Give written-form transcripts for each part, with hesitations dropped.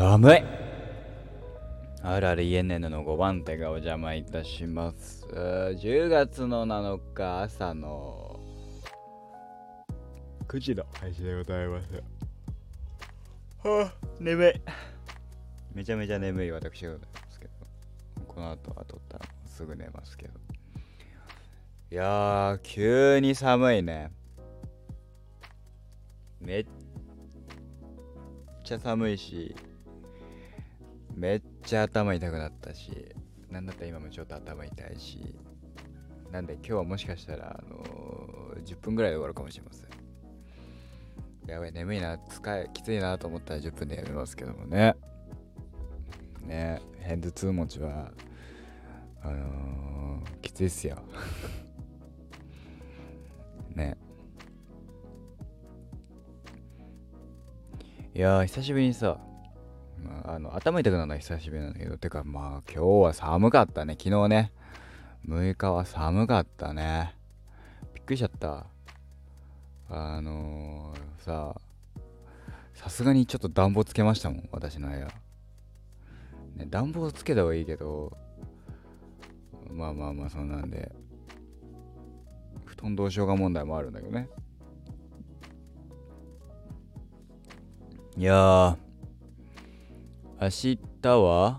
寒い。あるある家ねぬの5番手がお邪魔いたします。10月の7日朝の9時の配信でございます。眠い。めちゃめちゃ眠い私でございますけど、この後は撮ったらすぐ寝ますけど。いやー、急に寒いね。めっちゃ寒いし、めっちゃ頭痛くなったし、なんだったら今もちょっと頭痛いし、なんで今日はもしかしたら10分ぐらいで終わるかもしれません。やばい、眠いな、きついなと思ったら10分でやめますけどもね。ヘンズ2持ちはきついっすよ。ね。いやー、久しぶりにさ、頭痛くなるのは久しぶりなんだけど、てか今日は寒かったね。昨日ね、6日は寒かったね。びっくりしちゃった。さすがにちょっと暖房つけましたもん、私の部屋。ね、暖房つけた方がいいけど、まあそんなんで、布団どうしようか問題もあるんだけどね。いやー、明日は、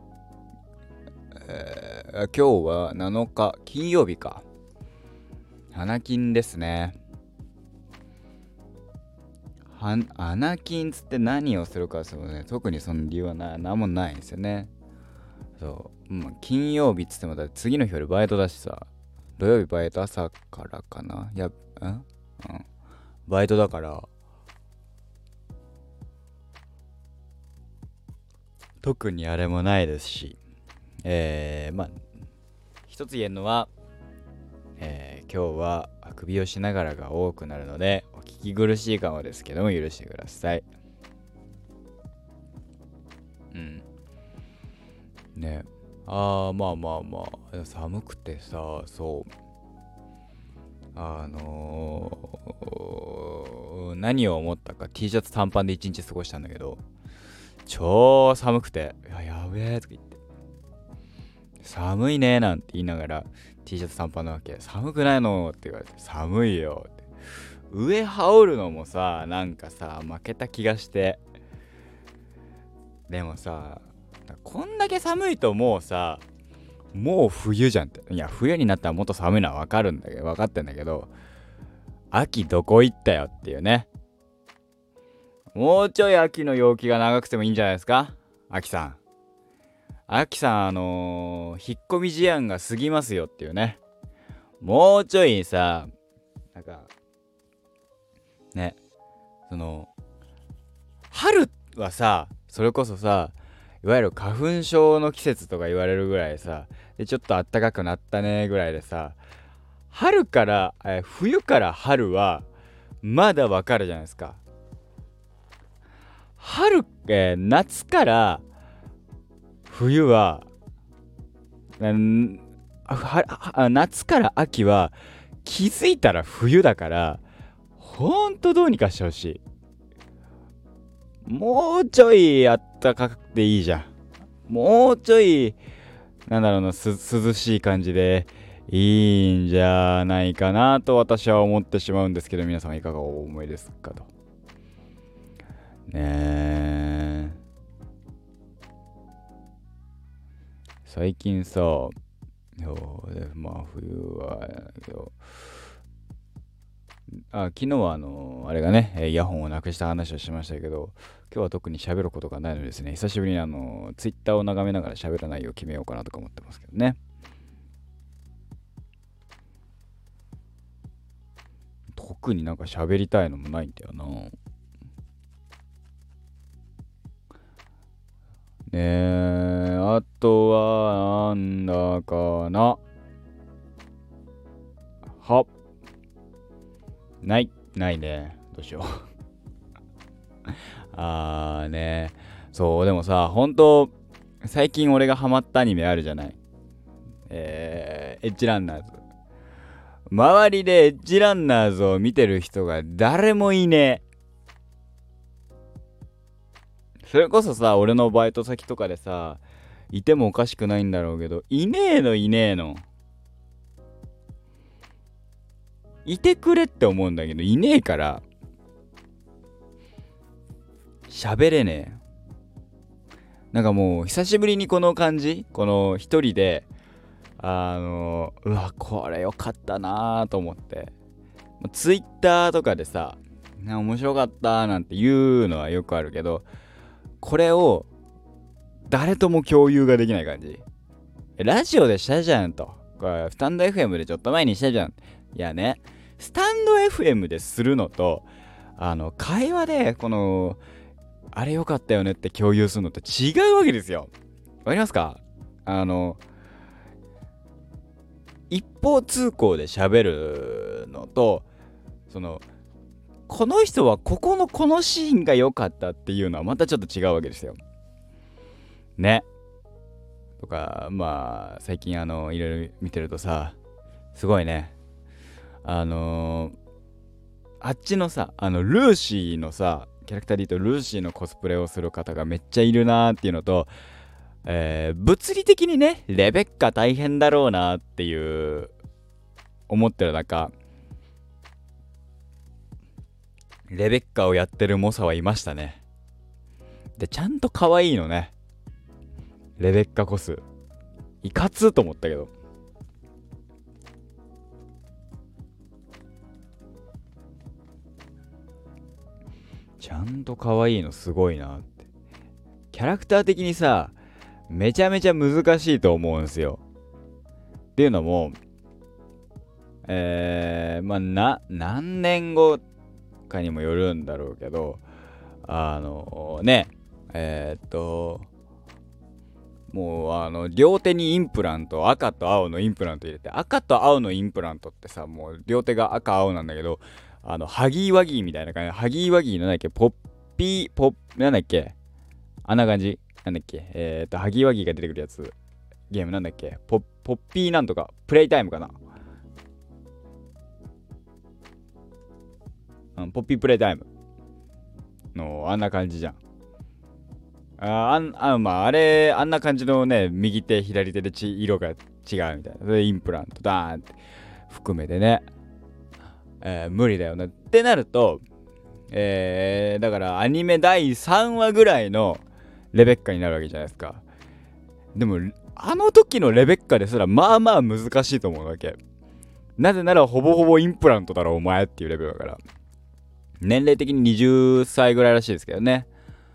今日は7日金曜日か。花金ですね。花金つって何をするかそうね、特にその理由は何もないんですよね。そう、金曜日っつってもだって次の日よりバイトだしさ、土曜日バイト朝からかな。バイトだから特にあれもないですし、一つ言えるのは、今日はあくびをしながらが多くなるのでお聞き苦しいかもですけども許してください。ね。寒くてさ、そう何を思ったか T シャツ短パンで一日過ごしたんだけど、超寒くて、やべえとか言って、寒いねなんて言いながら T シャツ短パンなわけ。寒くないのって言われて、寒いよって。上羽織るのもさ、なんかさ負けた気がして。でもさ、こんだけ寒いともう冬じゃんって。いや、冬になったらもっと寒いのは分かってんだけど、秋どこ行ったよっていうね。もうちょい秋の陽気が長くてもいいんじゃないですか、秋さん。秋さん、引っ込み思案が過ぎますよっていうね。もうちょいさ、なんかね、春はさ、それこそさ、いわゆる花粉症の季節とか言われるぐらいさ、でちょっと暖かくなったねぐらいでさ、冬から春はまだわかるじゃないですか。夏から冬は、夏から秋は気づいたら冬だから、ほんとどうにかしてほしい。もうちょいあったかくていいじゃん。もうちょい、涼しい感じでいいんじゃないかなと私は思ってしまうんですけど、皆さんはいかがお思いですかと。ねえ。最近さ、冬はけど、昨日はあれがね、イヤホンをなくした話をしましたけど、今日は特に喋ることがないのでですね、久しぶりにツイッターを眺めながら喋らないよう決めようかなとか思ってますけどね。特になんか喋りたいのもないんだよな。ねえ、あとはなんだかな。ないね。どうしよう。そうでもさ、本当最近俺がハマったアニメあるじゃない。エッジランナーズ。周りでエッジランナーズを見てる人が誰もいねえ。 それこそさ、俺のバイト先とかでさ、いてもおかしくないんだろうけど、いねえの。いてくれって思うんだけど、いねえから、喋れねえ。なんかもう、久しぶりにこの感じ、この一人で、うわ、これよかったなーと思って。ツイッターとかでさ、面白かったなんて言うのはよくあるけど、これを誰とも共有ができない感じ。ラジオでしたじゃんと。これスタンド FM でちょっと前にしたじゃん。いやね、スタンド FM でするのと、会話でこのあれよかったよねって共有するのって違うわけですよ。わかりますか？一方通行で喋るのと、この人はここのこのシーンが良かったっていうのはまたちょっと違うわけですよ。ね。とか、まあ、最近いろいろ見てるとさ、すごいね。あっちのさ、ルーシーのさ、キャラクターで言うとルーシーのコスプレをする方がめっちゃいるなーっていうのと、物理的にね、レベッカ大変だろうなっていう思ってる中、レベッカをやってる猛者はいましたね。で、ちゃんと可愛いのね。レベッカコス。いかつと思ったけど。ちゃんと可愛いのすごいなって。キャラクター的にさ、めちゃめちゃ難しいと思うんすよ。っていうのも、まあ何年後かにもよるんだろうけど、ね、もう両手にインプラント、赤と青のインプラント入れて、赤と青のインプラントってさ、もう両手が赤青なんだけど、ハギーワギーみたいな感じ、ハギーワギーなんだっけ、なんだっけ、あんな感じなんだっけ、ハギーワギーが出てくるやつ、ゲームなんだっけ、ポッピーなんとか、プレイタイムかな、ポッピープレイタイムのあんな感じじゃん。まあ、あんな感じのね、右手、左手で色が違うみたいな。それでインプラントダーンって含めてね、無理だよね。ってなると、だからアニメ第3話ぐらいのレベッカになるわけじゃないですか。でも、あの時のレベッカですら、まあまあ難しいと思うわけ。なぜなら、ほぼほぼインプラントだろ、お前っていうレベルだから。年齢的に20歳ぐらいらしいですけどね。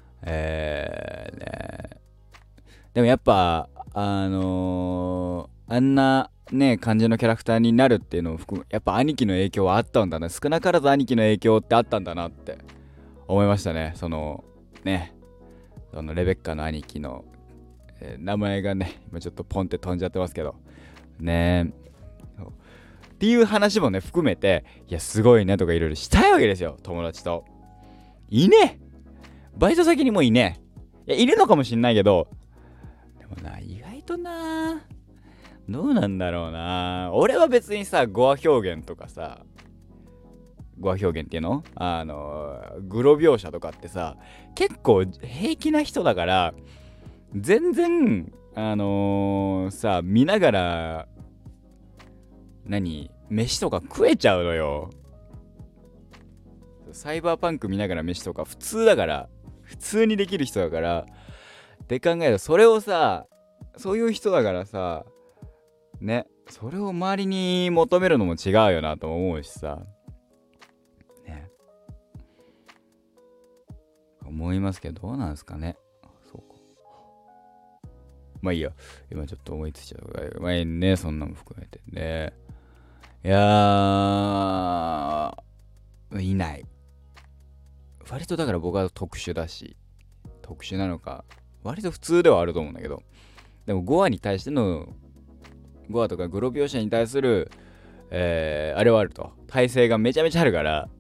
ね、でもやっぱあんなね感じのキャラクターになるっていうのを含む、やっぱ兄貴の影響はあったんだな、少なからず兄貴の影響ってあったんだなって思いましたね。そのレベッカの兄貴の、名前がね今ちょっとポンって飛んじゃってますけどね、っていう話もね含めて、いやすごいねとかいろいろしたいわけですよ、友達と。いねバイト先にもいねえ。いや、いるのかもしんないけど、でもな、意外とな、どうなんだろうな。俺は別にさ、語話表現とかさ、語話表現っていうのグロ描写とかってさ、結構平気な人だから、全然、さ、見ながら、飯とか食えちゃうのよ。サイバーパンク見ながら飯とか普通だから、普通にできる人だからって考えると、それをさ、そういう人だからさね、それを周りに求めるのも違うよなと思うしさね、思いますけど、どうなんですかね。そうか、まあいいや、今ちょっと思いついちゃうからまあいいね、そんなの含めてね。いやー、いない。割とだから僕は特殊だし、特殊なのか割と普通ではあると思うんだけど、でも5話に対しての5話とかグロ描写に対する、あれはあると、体制がめちゃめちゃあるから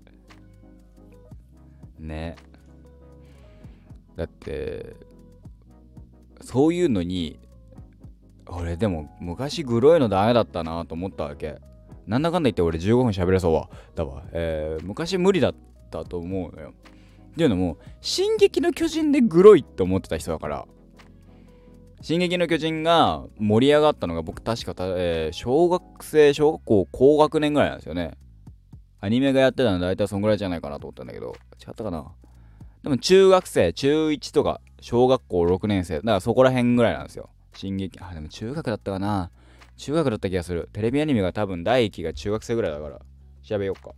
ね。だってそういうのに、俺でも昔グロいのダメだったなと思ったわけ。なんだかんだ言って俺15分喋れそうだわ。昔無理だったと思うのよ。 っていうのも進撃の巨人でグロいって思ってた人だから。進撃の巨人が盛り上がったのが僕確か小学校高学年ぐらいなんですよね。アニメがやってたのは大体そんぐらいじゃないかなと思ったんだけど、違ったかな。でも中1とか小学校6年生だからそこら辺ぐらいなんですよ。でも中学だったかな。中学だった気がする。テレビアニメが多分第1期が中学生ぐらいだから調べようか。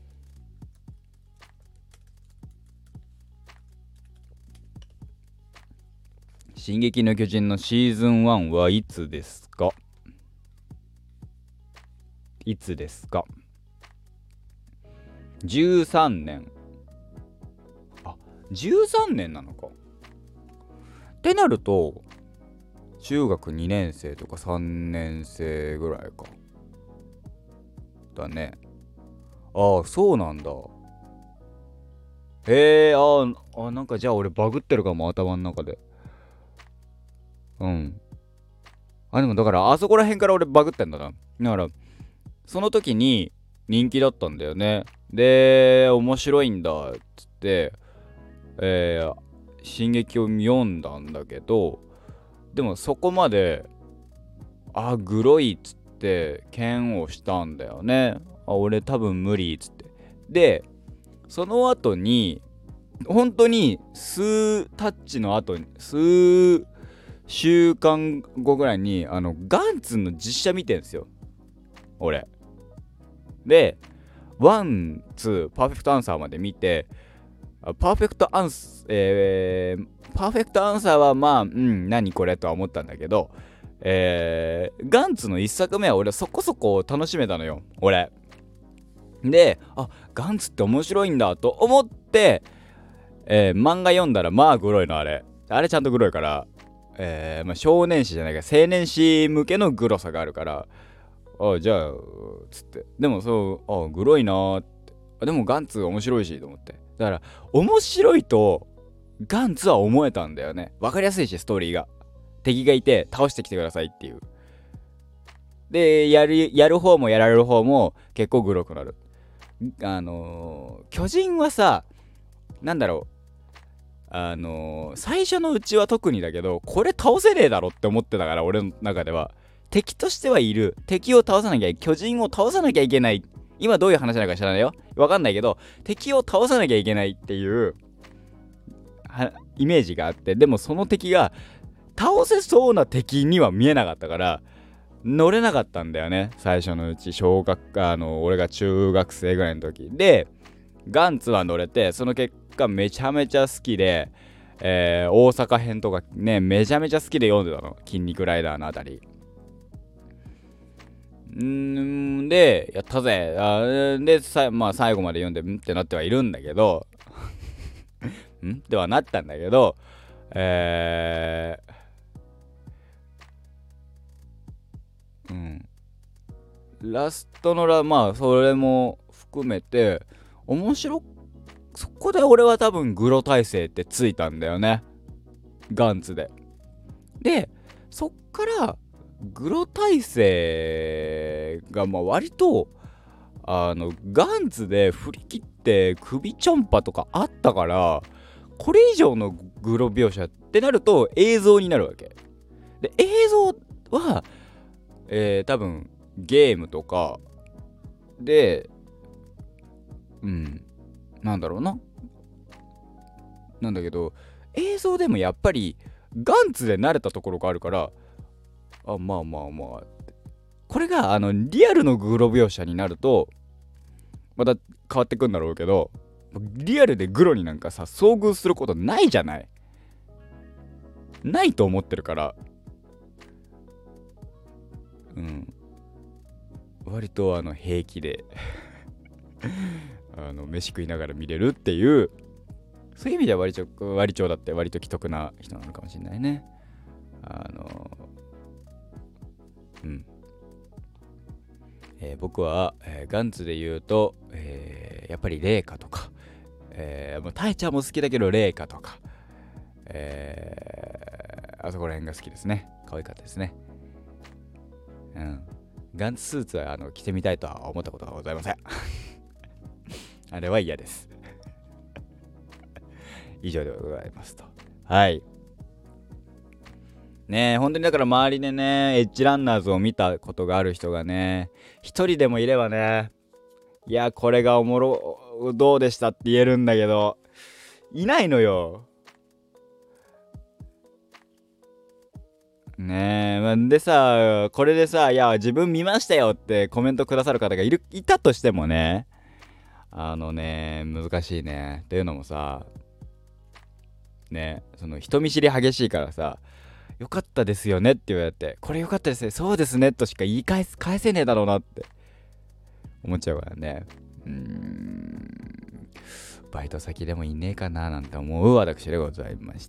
進撃の巨人のシーズン1はいつですか？いつですか？ 13 年。あ、13年なのか。ってなると中学2年生とか3年生ぐらいかだね。ああ、そうなんだ。へえ、なんかじゃあ俺バグってるかも、頭の中で。うん。でもだからあそこら辺から俺バグってんだな。だからその時に人気だったんだよね。で、面白いんだっつって、進撃を読んだんだけど、でもそこまで、グロいっつって剣をしたんだよね。俺多分無理っつって。で、その後に、本当に数タッチの後に、数週間後ぐらいに、ガンツの実写見てんすよ。俺。で、ワン、ツー、パーフェクトアンサーまで見て、パーフェクトアンサーはまあ、何これとは思ったんだけど、ガンツの一作目は俺そこそこ楽しめたのよ、俺。で、ガンツって面白いんだと思って、漫画読んだらまあグロいのあれちゃんとグロいから、少年誌じゃないか青年誌向けのグロさがあるから、じゃあつって、でもそうグロいなーって、でもガンツ面白いしと思って、だから面白いとガンツは思えたんだよね。わかりやすいし、ストーリーが敵がいて倒してきてくださいっていう。でやる方もやられる方も結構グロくなる。巨人はさ、なんだろう、最初のうちは特にだけど、これ倒せねえだろって思ってたから、俺の中では敵としてはいる、敵を倒さなきゃ、巨人を倒さなきゃいけない、今どういう話なのか知らないよ、わかんないけど敵を倒さなきゃいけないっていうイメージがあって、でもその敵が倒せそうな敵には見えなかったから乗れなかったんだよね、最初のうち。俺が中学生ぐらいの時で、ガンツは乗れて、その結果めちゃめちゃ好きで、大阪編とかね、めちゃめちゃ好きで読んでたの、筋肉ライダーのあたり。で、やったぜ。で、最後まで読んで、ってなってはいるんだけど、ってはなったんだけど、ラストのそれも含めて、そこで俺は多分グロ耐性ってついたんだよね。ガンツで。で、そっからグロ耐性が割とガンツで振り切って首ちょんぱとかあったから、これ以上のグロ描写ってなると映像になるわけで、映像は、多分ゲームとかで、なんだろうな、なんだけど、映像でもやっぱりガンツで慣れたところがあるから、まあこれがリアルのグロ描写になるとまた変わってくんだろうけど、リアルでグロになんかさ遭遇することないじゃない、ないと思ってるから、割と平気で飯食いながら見れるっていう、そういう意味では割とだって割と既得な人なのかもしれないね。僕は、ガンツで言うと、やっぱりレイカとか、タイちゃんも好きだけどレイカとか、あそこら辺が好きですね。可愛かったですね。ガンツスーツは着てみたいとは思ったことがございません。あれは嫌です。 以上でございますと。はい。ねえ、本当にだから周りでね、エッジランナーズを見たことがある人がね、一人でもいればね、いや、これがどうでしたって言えるんだけど、いないのよ。ねえ、でさ、これでさ、いや、自分見ましたよってコメントくださる方がいたとしてもね、難しいね。というのもさ、ね、その人見知り激しいからさ、よかったですよねって言われて、これよかったですね、そうですねとしか返せねえだろうなって思っちゃうからね。バイト先でもいねえかななんて思う私でございました。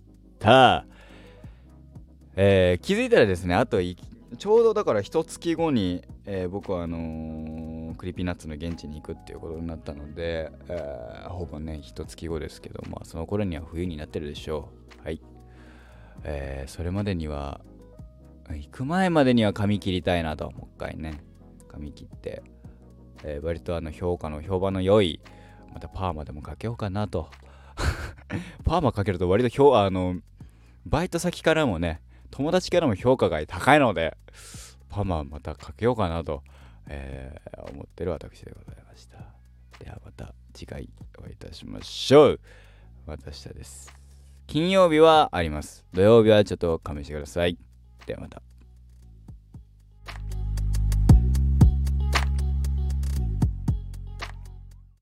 気づいたらですね、ちょうどだから一月後に、僕はクリーピーナッツの現地に行くっていうことになったので、ほぼね一月後ですけど、まあその頃には冬になってるでしょう。はい。それまでには行く前までには髪切りたいなと、もう一回ね髪切って、割と評判の良いまたパーマでもかけようかなとパーマかけると割とバイト先からもね友達からも評価が高いのでパーマまたかけようかなと、思ってる私でございました。ではまた次回お会いいたしましょう。また明日です。金曜日はあります。土曜日はちょっと勘弁してください。ではまた。